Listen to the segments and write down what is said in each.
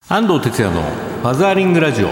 安藤哲也のファザーリングラジオ。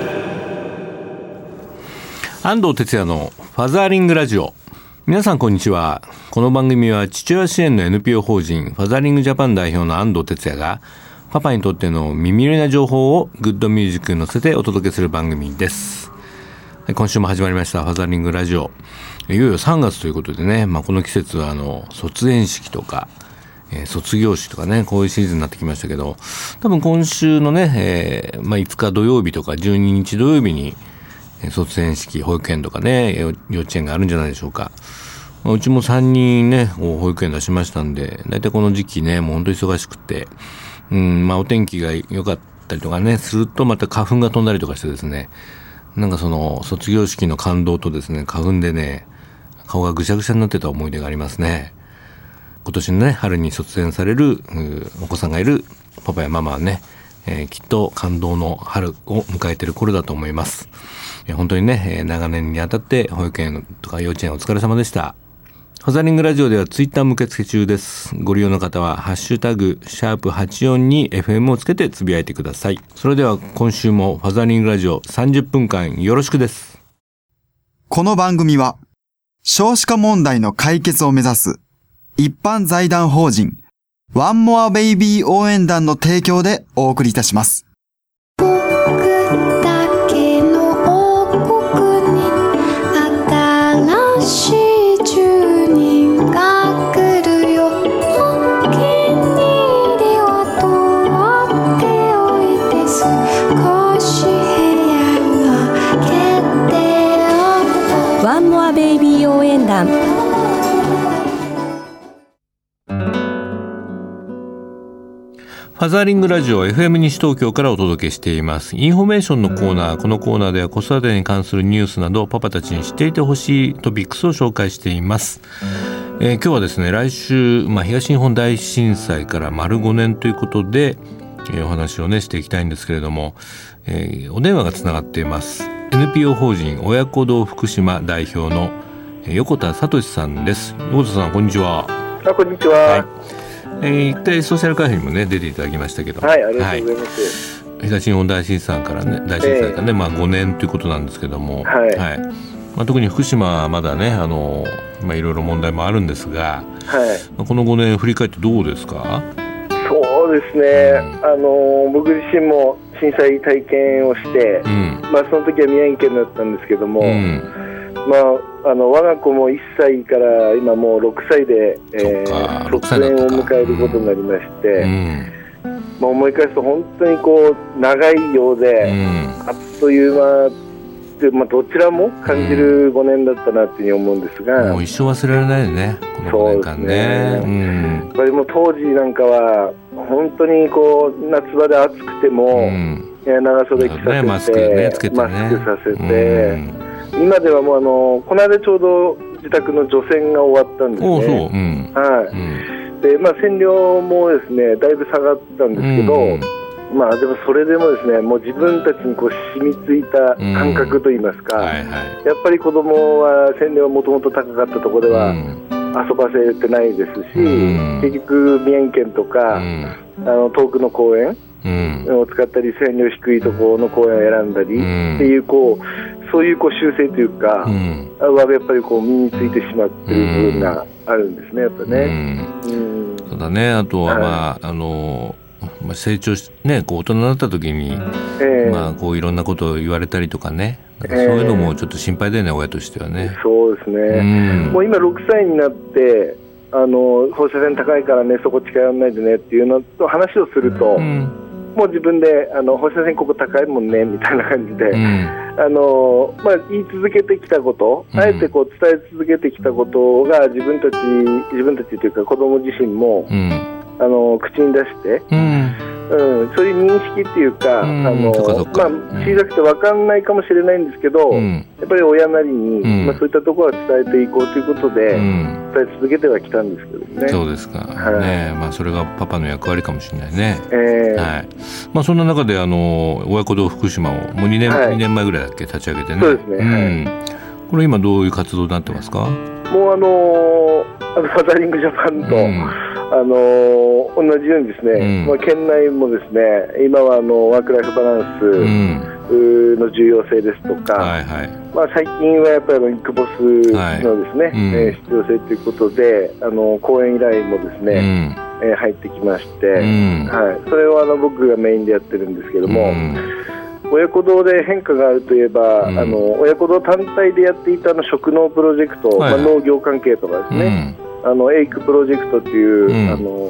安藤哲也のファザーリングラジオ。皆さんこんにちは。この番組は父親支援の NPO 法人ファザーリングジャパン代表の安藤哲也がパパにとっての耳寄りな情報をグッドミュージックに乗せてお届けする番組です。今週も始まりましたファザーリングラジオ。いよいよ3月ということでね、この季節は卒園式とか卒業式とかね、こういうシーズンになってきましたけど、多分今週のね、5日土曜日とか12日土曜日に卒園式、保育園とかね、幼稚園があるんじゃないでしょうか。うちも3人ね、保育園出しましたんで、だいたいこの時期ね、もう本当に忙しくて、お天気が良かったりとかね、するとまた花粉が飛んだりとかしてですね、なんかその卒業式の感動とですね、花粉でね、顔がぐしゃぐしゃになってた思い出がありますね。今年のね、春に卒園されるお子さんがいるパパやママはね、きっと感動の春を迎えている頃だと思います。本当にね、長年にあたって保育園とか幼稚園お疲れ様でした。ファザリングラジオではツイッターも受付中です。ご利用の方はハッシュタグ#84に FM をつけてつぶやいてください。それでは今週もファザリングラジオ30分間よろしくです。 この番組は少子化問題の解決を目指す一般財団法人ワンモアベイビー応援団の提供でお送りいたします。 僕だけの王国に新しい住人が来るよ。お気に入りは取っておいて少し部屋は決定を。ワンモアベイビー応援団。 ファザーリングラジオ FM 西東京からお届けしています。インフォメーションのコーナー。このコーナーでは子育てに関するニュースなどパパたちに知っていてほしいトピックスを紹介しています。今日はですね、来週、東日本大震災から丸5年ということで、お話をねしていきたいんですけれども、お電話がつながっています。 NPO 法人親子堂福島代表の横田聡さんです。横田さん、こんにちは。 こんにちは。 はい、一回ソーシャルカフェにもね出ていただきましたけど、 はい、ありがとうございます。 東日本大震災からね、5年ということなんですけども、特に福島はまだね、いろいろ問題もあるんですが、この5年振り返ってどうですか？ そうですね、僕自身も震災体験をして、その時は宮城県だったんですけども、我が子も1歳から今もう6歳で、卒園を迎えることになりまして、思い返すと本当にこう長いようで、あっという間で、どちらも感じる5年だったなというふうに思うんですが、 もう一生忘れられないよね、この5年間ね。 やっぱりもう当時なんかは本当にこう夏場で暑くても、長袖着させて、 マスクねつけてね、 マスクさせて、今ではもうこの間ちょうど自宅の除染が終わったんですね。で、線量もですねだいぶ下がったんですけど、でもそれでもですね、もう自分たちにこう染みついた感覚といいますか、やっぱり子供は線量がもともと高かったところでは遊ばせてないですし、結局宮城県とか、遠くの公園を使ったり、線量低いところの公園を選んだりっていう、そういう習性というか、はやっぱり身についてしまっている部分があるんですね、やっぱね。 そうだね。あとは成長しね、大人になった時に、いろんなことを言われたりとかね、そういうのもちょっと心配だよね、親としてはね。 そうですね、もう今6歳になって放射線高いからね、そこ近寄らないでねっていうのと話をすると、もう自分で放射線ここ高いもんねみたいな感じで、言い続けてきたこと、あえて伝え続けてきたことが自分たちというか子供自身も、口に出して、そういう認識っていうか、小さくて分かんないかもしれないんですけど、やっぱり親なりに、そういったところは伝えていこうということで、伝え続けてはきたんですけどね。 そうですか、それがパパの役割かもしれないね。そんな中で親子堂福島をもう2年前ぐらいだっけ立ち上げてね。 そうですね、 これ今どういう活動になってますか？ もうファザリングジャパンと、 同じようにですね、県内もですね、今はワークライフバランスの重要性ですとか、最近はやっぱりインクボスのですね、必要性ということで講演依頼もですね、入ってきまして、それを僕がメインでやってるんですけども、親子堂で変化があるといえば、親子堂単体でやっていた食農プロジェクト、農業関係とかですね、エイクプロジェクトという、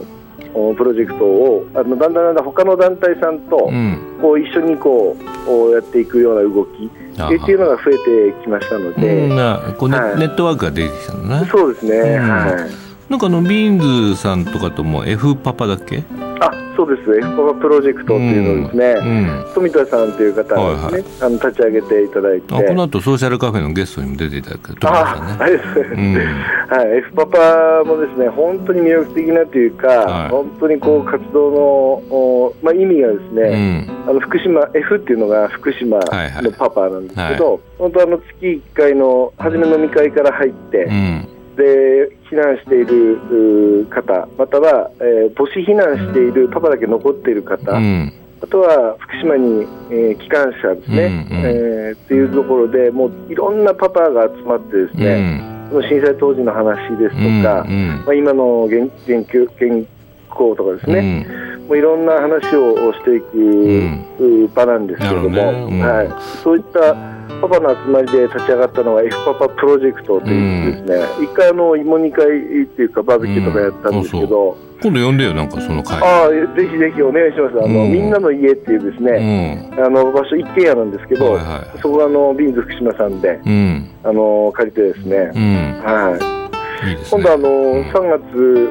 プロジェクトをだんだん他の団体さんと一緒にやっていくような動きっていうのが増えてきましたので、 ネットワークが出てきたんだね。 そうですね、 なんかビーンズさんとかとも F パパだっけ？ そうです。F パパプロジェクトっていうのをですね、富田さんという方がですね、立ち上げていただいて、 この後ソーシャルカフェのゲストにも出ていただくと思いましたね。 ありがとうございます。F パパもですね、本当に魅力的なというか、本当に活動の意味がですね、福島 F っていうのが福島のパパなんですけど、本当月1回の初め飲み会から入って、で避難している方、または、母子避難しているパパだけ残っている方、あとは福島に、機関車ですね、っていうところでもういろんなパパが集まってですね、震災当時の話ですとか、今の現行とかですね、もういろんな話をしていく場なんですけれども、そういったパパの集まりで立ち上がったのが F パパプロジェクトというですね、一回芋煮会っていうかバーベキューとかやったんですけど、 今度呼んでよ、なんかその会。 ぜひぜひお願いします。みんなの家っていうですね、場所一軒家なんですけど、そこがビーンズ福島さんで、借りてですね、今度3月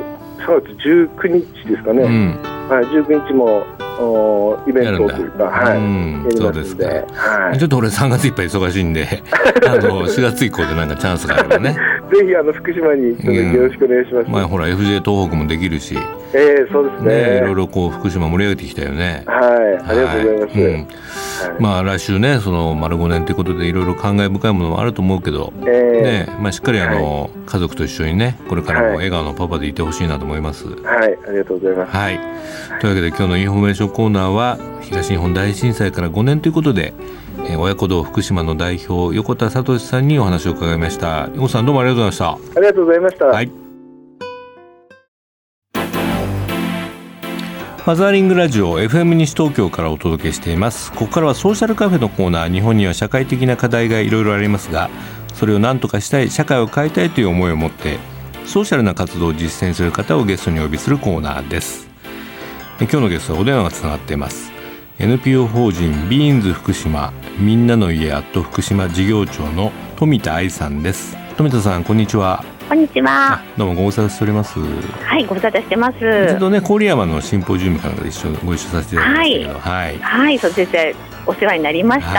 19日ですかね、19日もイベントというか、やりますんで、 ちょっと俺3月いっぱい忙しいんで4月以降でなんかチャンスがあればねぜひ福島によろしくお願いします。 ほら FJ 東北もできるし、 そうですね、 いろいろ福島盛り上げてきたよね。 ありがとうございます。来週ね、その丸5年ということでいろいろ感慨深いものもあると思うけど、しっかり家族と一緒にね、これからも笑顔のパパでいてほしいなと思います。 ありがとうございます。 というわけで今日のインフォメーションコーナーは東日本大震災から5年ということで、親子堂福島の代表横田聡さんにお話を伺いました。横田さん、どうもありがとうございました。 ありがとうございました。 ファザーリングラジオ FM 西東京からお届けしています。ここからはソーシャルカフェのコーナー。日本には社会的な課題がいろいろありますが、それを何とかしたい、社会を変えたいという思いを持ってソーシャルな活動を実践する方をゲストにお呼びするコーナーです。今日のゲストはお電話がつながっています。 NPO 法人ビーンズ福島みんなの家福島事業長の富田愛さんです。富田さん、こんにちは。 こんにちは。 どうもご無沙汰しております。 ご無沙汰してます。 一度ね、郡山のシンポジウムからご一緒させていただきましたけど、 そうですね、お世話になりました。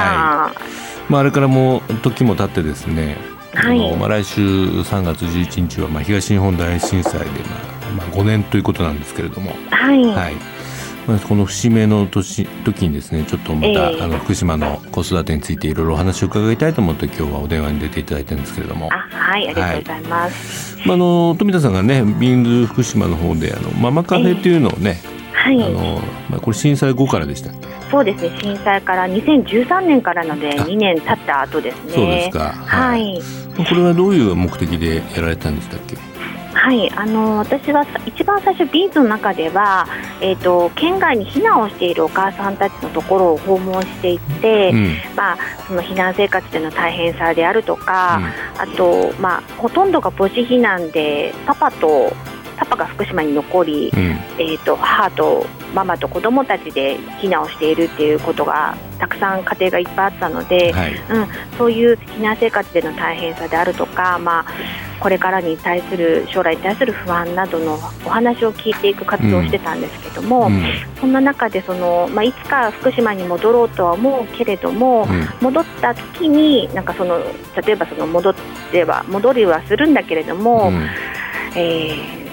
あれからも時も経ってですね、来週3月11日は東日本大震災で5年ということなんですけれども、この節目の時にですね、ちょっとまた、福島の子育てについていろいろお話を伺いたいと思って今日はお電話に出ていただいたんですけれども、 ありがとうございます。 富田さんがね、ビーンズ福島の方でママカフェというのをね、これ震災後からでしたっけ？ そうですね、震災から2013年からので2年経った後ですね。 そうですか。これはどういう目的でやられたんでしたっけ？ 私は一番最初ビーンズの中では、県外に避難をしているお母さんたちのところを訪問していって、その避難生活での大変さであるとか、あと、ほとんどが母子避難でパパが福島に残り、母とママと子供たちで避難をしているっていうことがたくさん家庭がいっぱいあったので、そういう避難生活での大変さであるとか、これからに対する将来に対する不安などのお話を聞いていく活動をしてたんですけども、そんな中でいつか福島に戻ろうとは思うけれども、戻った時に例えば戻りはするんだけれども、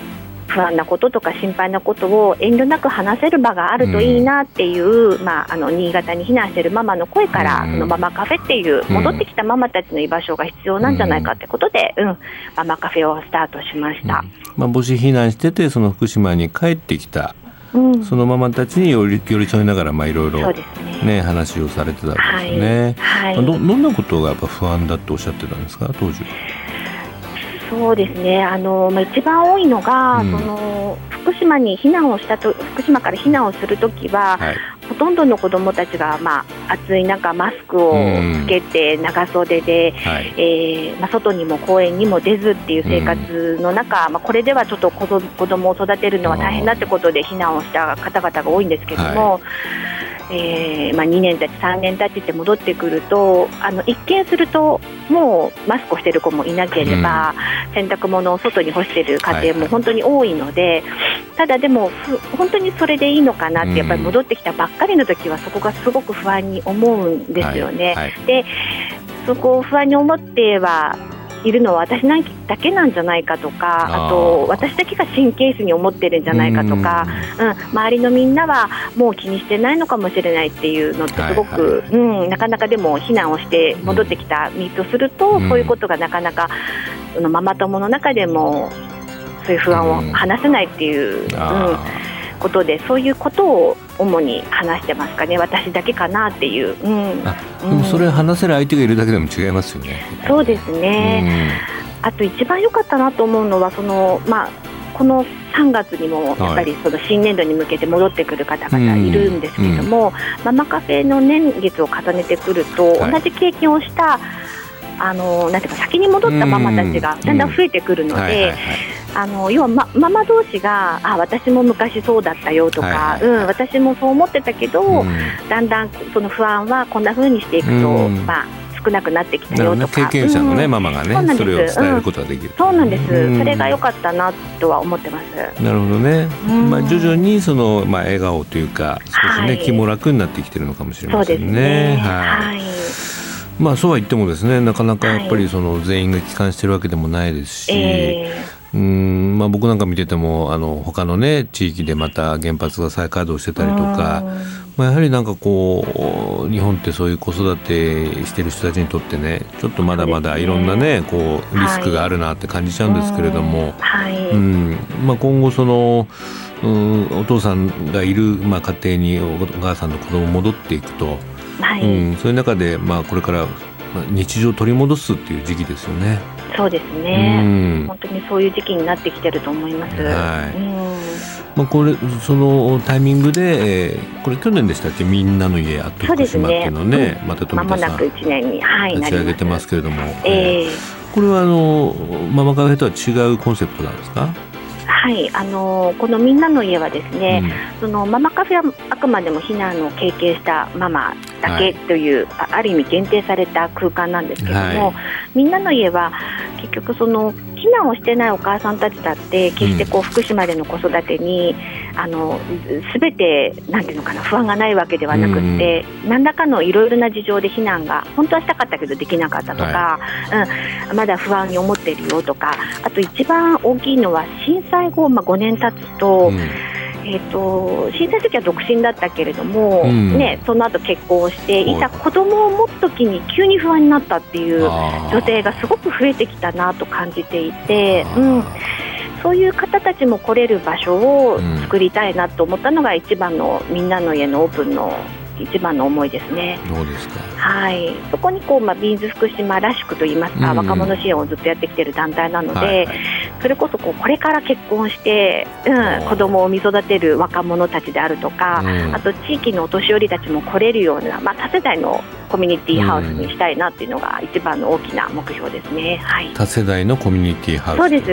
不安なこととか心配なことを遠慮なく話せる場があるといいなっていう、新潟に避難しているママの声から、そのママカフェっていう戻ってきたママたちの居場所が必要なんじゃないかってことで、ママカフェをスタートしました。 母子避難しててその福島に帰ってきた、そのママたちに寄り添いながらいろいろ話をされてたわけですね。どんなことがやっぱ不安だっておっしゃってたんですか、当時は。 そうですね、一番多いのが、福島に避難をしたと、福島から避難をするときは、ほとんどの子どもたちが、暑い中マスクをつけて長袖で、外にも公園にも出ずっていう生活の中、これではちょっと子どもを育てるのは大変だってことで避難をした方々が多いんですけども、2年たち3年たちって戻ってくると一見するともうマスクをしている子もいなければ、洗濯物を外に干している家庭も本当に多いので、ただでも本当にそれでいいのかなってやっぱり戻ってきたばっかりの時はそこがすごく不安に思うんですよね。でそこを不安に思ってはいるのは私だけなんじゃないかとか、あと私だけが神経質に思ってるんじゃないかとか、周りのみんなはもう気にしてないのかもしれないっていうのってすごく、なかなかでも避難をして戻ってきた身とすると、そういうことがなかなかママ友の中でもそういう不安を話せないっていう、ことで、そういうことを主に話してますかね。私だけかなっていう、でもそれ話せる相手がいるだけでも違いますよね。 そうですね、あと一番良かったなと思うのはこの3月にもやっぱりその新年度に向けて戻ってくる方々いるんですけれども、ママカフェの年月を重ねてくると、同じ経験をしたなんていうか先に戻ったママたちがだんだん増えてくるので、要はママ同士が私も昔そうだったよとか、私もそう思ってたけど、だんだんその不安はこんな風にしていくと、少なくなってきたよとか、 経験者のママがね、それを伝えることができる。 そうなんです、それが良かったなとは思ってます。 なるほどね、徐々にその、笑顔というか少し気も楽になってきてるのかもしれませんね。そうは言ってもですね、なかなかやっぱりその全員が帰還してるわけでもないですし、僕なんか見てても他のね地域でまた原発が再稼働してたりとか、やはりなんかこう日本ってそういう子育てしてる人たちにとってね、ちょっとまだまだいろんなねこうリスクがあるなって感じちゃうんですけれども、今後そのお父さんがいる、家庭にお母さんの子供戻っていくと、そういう中でこれから日常を取り戻すっていう時期ですよね。 そうですね、本当にそういう時期になってきてると思います。 これそのタイミングで、これ去年でしたっけ、みんなの家福島っていうのね、また富田さん間もなく1年に、 立ち上げてますけれども、これはママカフェとは違うコンセプトなんですか？ このみんなの家はですね、そのママカフェはあくまでも避難を経験したママだけという、ある意味限定された空間なんですけども、みんなの家は結局その避難をしてないお母さんたちだって決して福島での子育てに全てなんていうのかな、不安がないわけではなくって、何らかのいろいろな事情で避難が本当はしたかったけどできなかったとか、まだ不安に思っているよとか、あと一番大きいのは震災後、5年経つと、震災の時は独身だったけれども、その後結婚していざ子供を持つ時に急に不安になったっていう女性がすごく増えてきたなと感じていて、そういう方たちも来れる場所を作りたいなと思ったのが一番のみんなの家のオープンの一番の思いですね。 どうですか？ そこにビーズ福島らしくといいますか、若者支援をずっとやってきている団体なので、それこそこれから結婚して、子供を産み育てる若者たちであるとか、あと地域のお年寄りたちも来れるような、多世代のコミュニティハウスにしたいなっていうのが一番の大きな目標ですね。 多世代のコミュニティハウス、 そうです、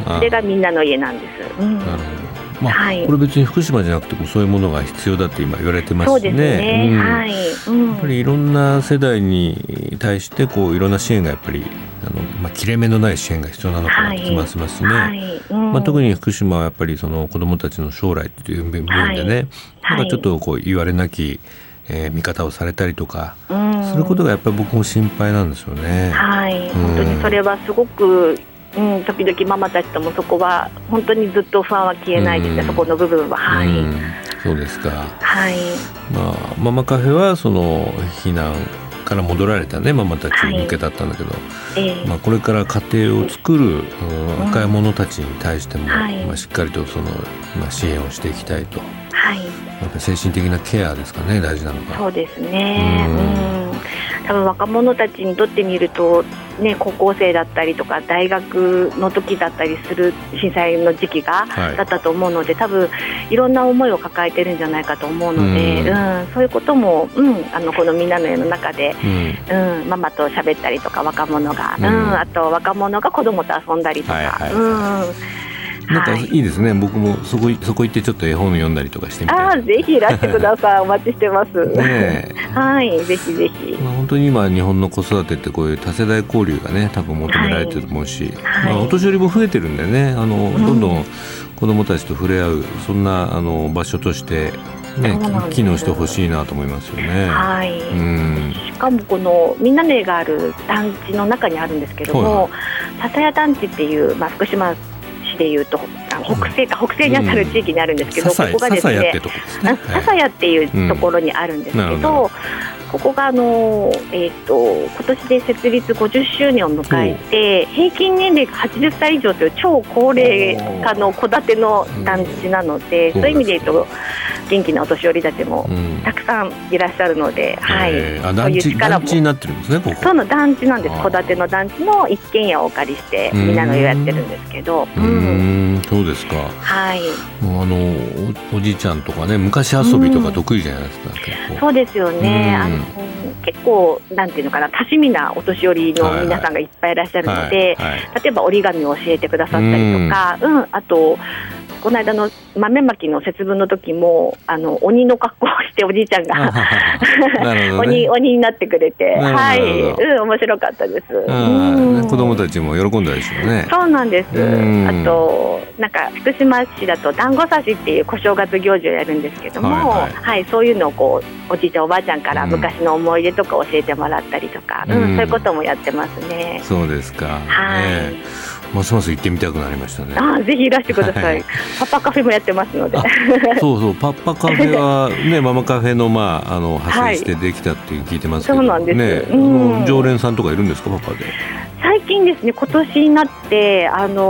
それがみんなの家なんです。 なるほど。これ別に福島じゃなくてそういうものが必要だって今言われてますしね。 そうですね、 やっぱりいろんな世代に対していろんな支援がやっぱり切れ目のない支援が必要なのかなと気がしますね。特に福島はやっぱりその子どもたちの将来という部分でね、なんかちょっと言われなき見方をされたりとかすることがやっぱり僕も心配なんですよね。 本当にそれはすごく時々ママたちともそこは本当にずっと不安は消えないですね、そこの部分は。はい、 そうですか。 はい。 ママカフェはその避難から戻られたねママたちに向けだったんだけど、これから家庭を作る若い者たちに対しても、しっかりとその、支援をしていきたいと、やっぱ精神的なケアですかね、大事なのが。 そうですね、多分若者たちにとってみると、高校生だったりとか大学の時だったりする震災の時期だったと思うので、多分いろんな思いを抱えてるんじゃないかと思うので、そういうことも、このみんなの家の中で、ママと喋ったりとか若者が、あと若者が子供と遊んだりとか、 なんかいいですね。僕もそこ行ってちょっと絵本読んだりとかしてみたい。 ぜひいらしてください。お待ちしてます。はい、ぜひぜひ。 本当に今日本の子育てってこういう多世代交流がね、多分求められてると思うし、お年寄りも増えてるんでね、どんどん子どもたちと触れ合うそんな場所として機能してほしいなと思いますよね。 しかもこのみんなの家がある団地の中にあるんですけども、笹谷団地っていう、福島市でいうと北西にあたる地域にあるんですけど、ここがですね、笹谷っていうところにあるんですけど、ここが今年で設立50周年を迎えて、平均年齢が80歳以上という超高齢化の戸建ての団地なので、そういう意味で言うと元気なお年寄りたちもたくさんいらっしゃるので、 団地になってるんですね、ここ。 そうの団地なんです。戸建ての団地の一軒家をお借りしてみんなの家やってるんですけど。 そうですか。もうおじいちゃんとかね、昔遊びとか得意じゃないですか。 そうですよね。結構なんていうのかな、多趣味なお年寄りの皆さんがいっぱいいらっしゃるので、例えば折り紙を教えてくださったりとか、あとこの間の豆まきの節分の時も鬼の格好をしておじいちゃんが鬼になってくれて、面白かったです。 子供たちも喜んだでしょうね。 そうなんです。あとなんか福島市だと団子刺しっていう小正月行事をやるんですけども、そういうのをこうおじいちゃんおばあちゃんから昔の思い出とか教えてもらったりとか、そういうこともやってますね。 そうですか。ますます行ってみたくなりましたね。 ぜひいらしてください。パパカフェもやってますので。 そうパパカフェはね、ママカフェの派生してできたって聞いてますけど、 そうなんです。 常連さんとかいるんですか、パパで。 最近ですね、今年になって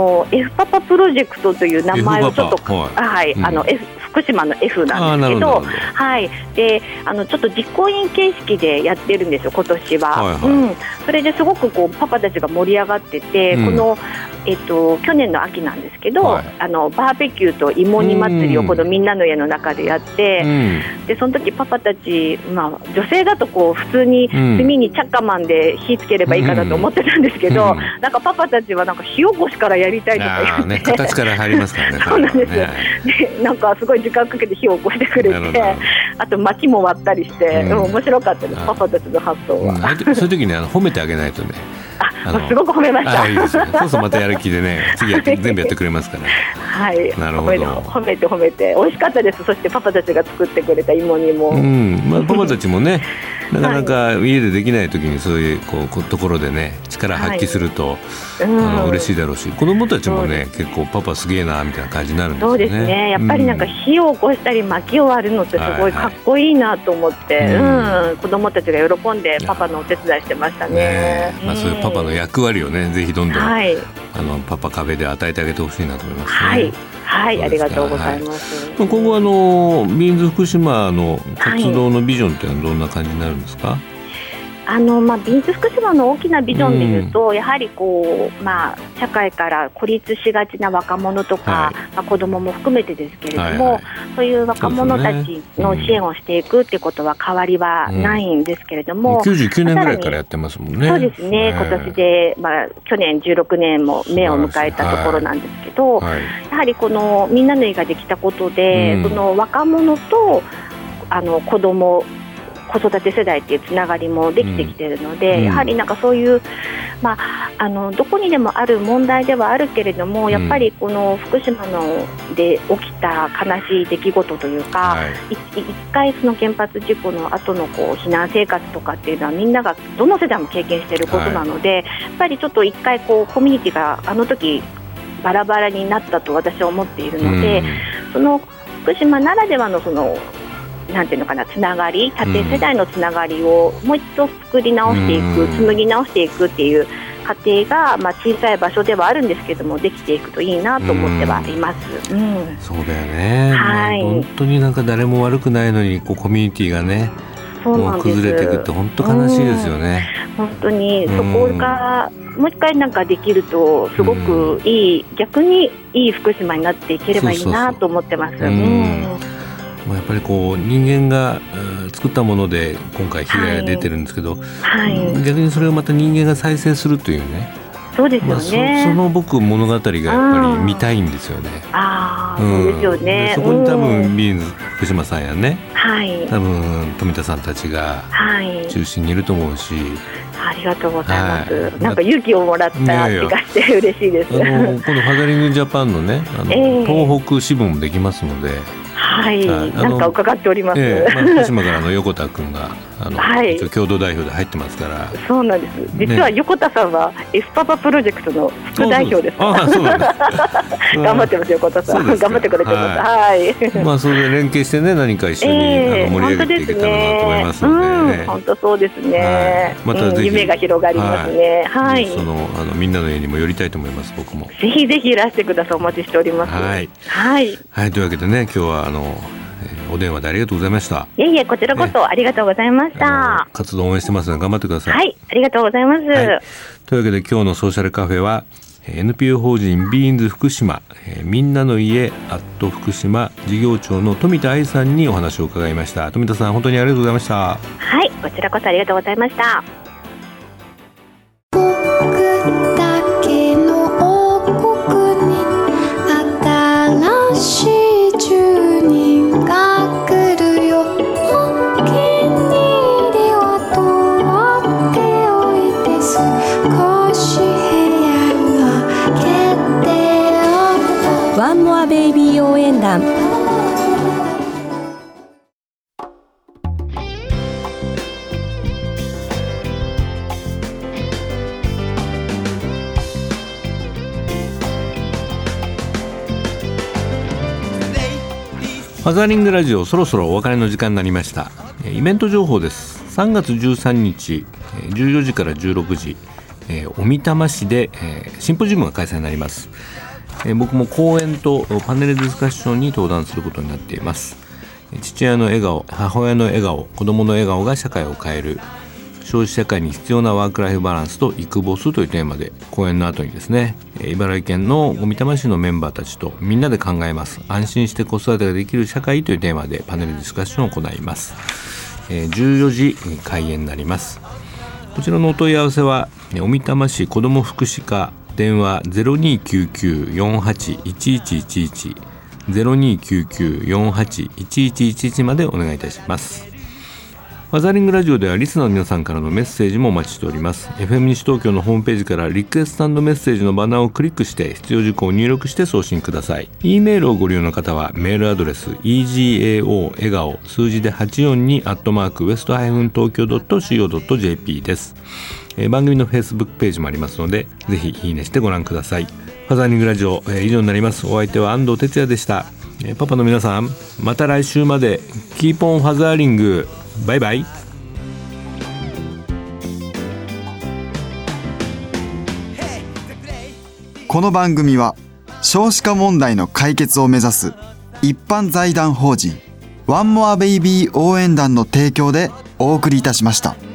F パパプロジェクトという名前をちょっと福島の F なんですけど、でちょっと実行委員形式でやってるんですよ、今年は。それですごくこうパパたちが盛り上がってて、この去年の秋なんですけど、バーベキューと芋煮祭りをこのみんなの家の中でやって、でその時パパたち、女性だとこう普通に炭にチャッカマンで火つければいいかなと思ってたんですけど、なんかパパたちはなんか火起こしからやりたいとか言って、 形から入りますからね。 そうなんですよ。でなんかすごい時間かけて火を起こしてくれて、あと薪も割ったりして、面白かったです、パパたちの発想は。 そういう時に褒めてあげないとね。 すごく褒めました。 いいですね。そうするとまたやる気でね、次全部やってくれますから。 なるほど。褒めて美味しかったです。そしてパパたちが作ってくれた芋煮も。 パパたちもね、なかなか家でできない時にそういうところでね、力発揮すると嬉しいだろうし、子供たちもね、結構パパすげえなみたいな感じになるんですよね。 そうですね。やっぱりなんか火を起こしたり薪を割るのってすごいかっこいいなと思って、子供たちが喜んでパパのお手伝いしてましたね。 そういうパパの役割をね、ぜひどんどんパパカフェで与えてあげてほしいなと思いますね。 ありがとうございます。 今後ビーンズ福島の活動のビジョンっていうのはどんな感じになるんですか？ ビーンズ福島の大きなビジョンでいうと、やはりこう、社会から孤立しがちな若者とか、子どもも含めてですけれども、そういう若者たちの支援をしていくっていうことは変わりはないんですけれども、 99年ぐらいからやってますもんね。 そうですね。今年で、去年16年も目を迎えたところなんですけど、やはりこのみんなの家ができたことで、その若者と子ども子育て世代っていうつながりもできてきているので、やはりなんかそういう、 どこにでもある問題ではあるけれども、やっぱりこの福島ので起きた悲しい出来事というか、一回その原発事故の後の避難生活とかっていうのはみんながどの世代も経験していることなので、やっぱりちょっと一回コミュニティがあの時バラバラになったと私は思っているので、その福島ならではのなんていうのかな、つながり、縦世代のつながりをもう一度作り直していく、紡ぎ直していくっていう過程が、小さい場所ではあるんですけども、できていくといいなと思ってはいます。 そうだよね、本当になんか誰も悪くないのにコミュニティがね、もう崩れていくって本当悲しいですよね。 本当にそこがもう一回なんかできるとすごくいい、逆にいい福島になっていければいいなと思ってます。 やっぱり人間が作ったもので今回被害が出てるんですけど、逆にそれをまた人間が再生するというね、 そうですよね。 その僕物語がやっぱり見たいんですよね。 そうですよね。 そこに多分ビーンズ福島さんやね、多分富田さんたちが中心にいると思うし、 ありがとうございます。なんか勇気をもらった気がして嬉しいです。 今度ファザリングジャパンのね、東北支部もできますので、 なんか伺っております。 福島から横田君が一応共同代表で入ってますから。 そうなんです。実は横田さんはエスパパプロジェクトの副代表です。頑張ってます横田さん。頑張ってくれてます。 それで連携してね、何か一緒に盛り上げていけたらなと思いますので。 本当そうですね。 またぜひ夢が広がりますね。 みんなの家にも寄りたいと思います。僕もぜひぜひいらしてください。お待ちしております。 というわけでね、今日はお電話でありがとうございました。 いえいえ、こちらこそありがとうございました。 活動を応援してますので頑張ってください。 ありがとうございます。 というわけで今日のソーシャルカフェは NPO 法人ビーンズ福島みんなの家福島事業長の富田愛さんにお話を伺いました。富田さん、本当にありがとうございました。 こちらこそありがとうございました。 僕だけの王国に新しい住人が来るよ。お気に入りは取っておいて、少し部屋が決定。 ワンモアベイビー応援団。 ファザリングラジオ、そろそろお別れの時間になりました。イベント情報です。3月13日14時から16時小美玉市でシンポジウムが開催になります。僕も講演とパネルディスカッションに登壇することになっています。父親の笑顔、母親の笑顔、子供の笑顔が社会を変える、消費社会に必要なワークライフバランスとイクボスというテーマで、講演の後にですね、茨城県の小美玉市のメンバーたちとみんなで考えます、安心して子育てができる社会というテーマでパネルディスカッションを行います。14時開演になります。こちらのお問い合わせは小美玉市子ども福祉課、電話 0299-481111 0299-481111 までお願いいたします。ファザリングラジオではリスナーの皆さんからのメッセージもお待ちしております。 FM 西東京のホームページからリクエスト&メッセージのバナーをクリックして必要事項を入力して送信ください。 E メールをご利用の方はメールアドレス egao 笑顔数字で842 west-tokyo.co.jp です。番組の Facebook ページもありますので、ぜひいいねしてご覧ください。ファザリングラジオ、以上になります。お相手は安藤哲也でした。パパの皆さん、また来週まで。キーポンファザーリング。バイバイ。 この番組は少子化問題の解決を目指す一般財団法人ワンモアベイビー応援団の提供でお送りいたしました。